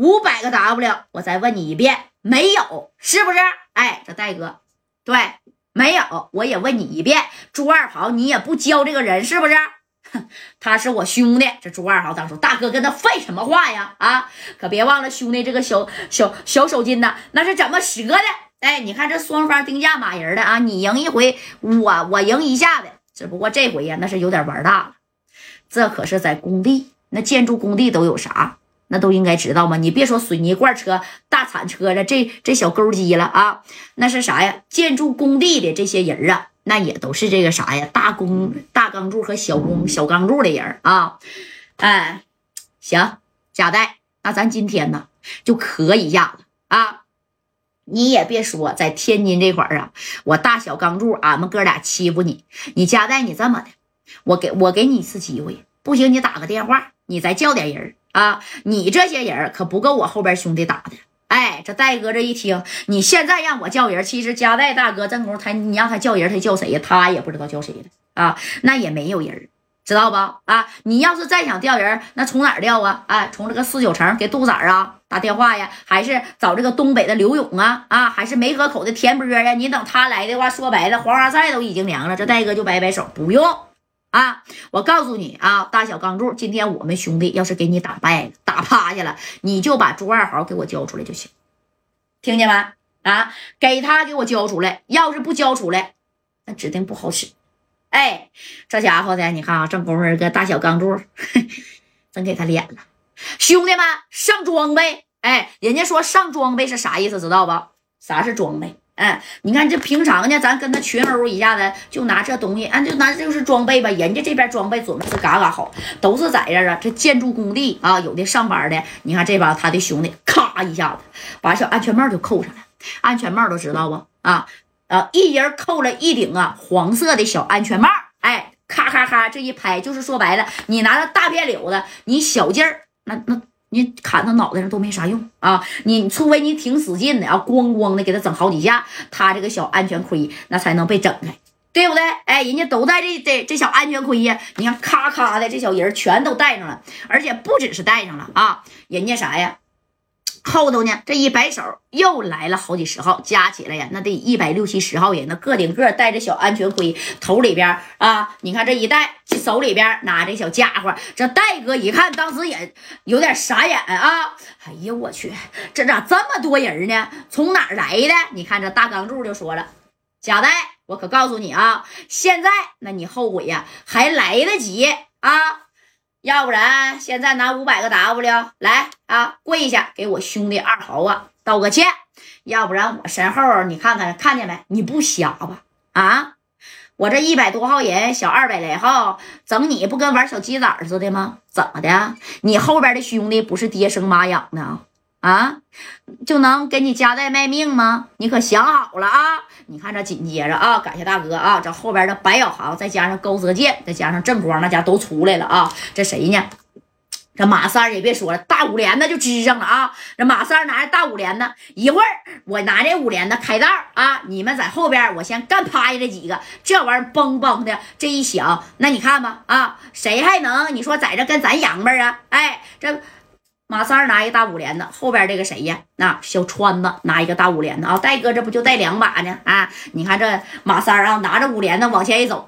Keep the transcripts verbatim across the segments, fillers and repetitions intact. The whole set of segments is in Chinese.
五百个 W， 我再问你一遍，没有，是不是？哎，这戴哥，对，没有，我也问你一遍，朱二豪，你也不教这个人，是不是？他是我兄弟。这朱二豪当说，大哥跟他废什么话呀？啊，可别忘了兄弟这个小小小手筋呐，那是怎么折的？哎，你看这双方定价马人的啊，你赢一回，我我赢一下的，只不过这回呀，那是有点玩大了。这可是在工地，那建筑工地都有啥？那都应该知道吗？你别说水泥罐车、大铲车了，这这小钩机了啊，那是啥呀？建筑工地的这些人啊，那也都是这个啥呀？大工、大钢柱和小工、小钢柱的人啊。哎，行，贾代，那咱今天呢就磕一下子啊。你也别说，在天津这块儿啊，我大小钢柱，俺们哥俩欺负你，你贾代，你这么的，我给我给你一次机会，不行你打个电话，你再叫点人啊！你这些人可不够我后边兄弟打的。哎，这戴哥这一听，你现在让我叫人，其实加代大哥正宫他，你让他叫人，他叫谁呀？他也不知道叫谁的啊，那也没有人，知道吧？啊，你要是再想调人，那从哪儿调啊？哎，从这个四九城给杜仔啊打电话呀，还是找这个东北的刘勇啊？啊，还是梅河口的田波呀？你等他来的话，说白了，黄花菜都已经凉了。这戴哥就摆摆手，不用。啊！我告诉你啊，大小钢柱，今天我们兄弟要是给你打败了、打趴下了，你就把朱二豪给我交出来就行，听见没？啊，给他给我交出来，要是不交出来，那指定不好使。哎，这家伙的，你看啊，正宫儿个大小钢柱，真给他脸了。兄弟们，上装备！哎，人家说上装备是啥意思，知道吧？啥是装备？嗯，你看这平常呢，咱跟他群殴一下子，就拿这东西，俺、啊、就拿这就是装备吧。人家这边装备准备是嘎嘎好，都是在这儿啊，这建筑工地啊，有的上班的，你看这把他的兄弟咔一下子把小安全帽就扣上来，安全帽都知道不啊？啊，一人扣了一顶啊黄色的小安全帽，哎，咔咔咔这一拍，就是说白了，你拿着大片柳子，你小劲儿，那那。你砍他脑袋上都没啥用啊！你除非你挺使劲的啊，咣咣的给他整好几下，他这个小安全盔那才能被整开，对不对？哎，人家都带这这这小安全盔呀，你看咔咔的这小人全都带上了，而且不只是带上了啊，人家啥呀？后头呢，这一摆手又来了好几十号，加起来呀，那得一百六七十号人，那个顶个带着小安全盔，头里边啊，你看这一戴，手里边拿着小家伙，这戴哥一看，当时也有点傻眼啊！哎呀，我去，这咋这么多人呢？从哪儿来的？你看这大钢柱就说了，贾戴，我可告诉你啊，现在那你后悔呀，还来得及啊！要不然现在拿五百个 W 来啊，跪下给我兄弟二豪啊道个歉，要不然我身后你看看看见没？你不瞎吧？啊，我这一百多号人，小二百来号，整你不跟玩小鸡仔似的吗？怎么的？你后边的兄弟不是爹生妈养的啊，就能给你家带卖命吗？你可想好了啊！你看这紧接着啊，感谢大哥啊，这后边的白小航，再加上高泽健，再加上正光，那家都出来了啊！这谁呢？这马三也别说了，大五连的就支上了啊！这马三拿着大五连的，一会儿我拿这五连的开道啊，你们在后边，我先干趴下这几个，这玩意儿嘣嘣的这一响，那你看吧啊，谁还能你说在这跟咱洋巴啊？哎，这。马三拿一个大五连的，后边这个谁呀？那、啊、小川子拿一个大五连的啊，戴哥这不就带两把呢？啊，你看这马三啊，拿着五连的往前一走，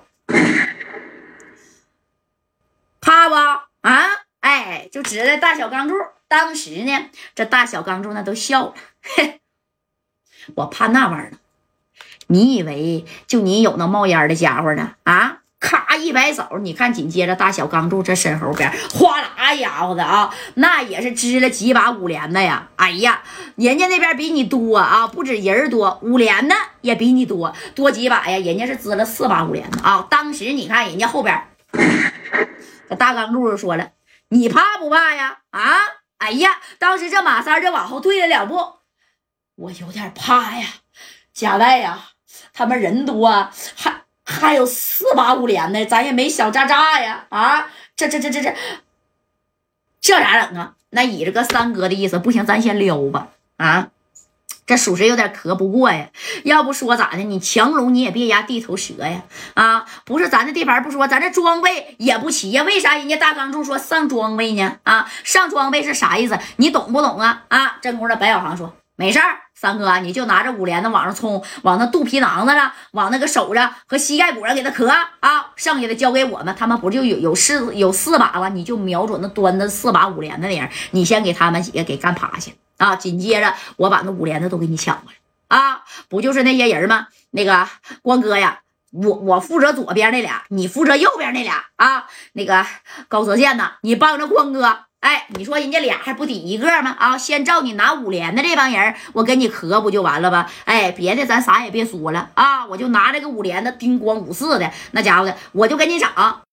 怕不啊？哎，就指着大小钢柱。当时呢，这大小钢柱那都笑了，嘿，我怕那玩意儿呢？你以为就你有那冒烟的家伙呢？啊？咔一摆手，你看紧接着大小钢柱这身后边哗啦家伙的啊，那也是支了几把五连的呀！哎呀，人家那边比你多啊，不止人多，五连的也比你多，多几把呀！人家是支了四把五连的啊！当时你看人家后边，这大钢柱就说了：“你怕不怕呀？”啊！哎呀，当时这马三就往后退了两步，我有点怕呀，贾代呀，他们人多啊，还。还有四把五连的，咱也没小渣渣呀！啊，这这这这这，这咋整啊？那以这个三哥的意思，不行，咱先撩吧！啊， 这属实有点磕不过呀。要不说咋的，你强龙你也别压地头蛇呀！啊，不是咱的地盘不说，咱这装备也不齐呀。为啥人家大钢柱说上装备呢？啊，上装备是啥意思？你懂不懂啊？啊，这功夫白小航说没事儿，三哥你就拿着五连的往上冲，往那肚皮囊子上，往那个手上和膝盖骨上给他磕啊，剩下的交给我们，他们不就有有四有四把了？你就瞄准那端着四把五连的人，你先给他们几个给干趴下啊！紧接着我把那五连的都给你抢过来啊！不就是那些人吗？那个光哥呀，我我负责左边那俩，你负责右边那俩啊！那个高泽县呢，你帮着光哥。哎，你说人家俩还不抵一个吗？啊，先照你拿五连的这帮人，我跟你磕不就完了吧？哎，别的咱啥也别说了啊，我就拿这个五连的叮咣五四的那家伙的，我就跟你整。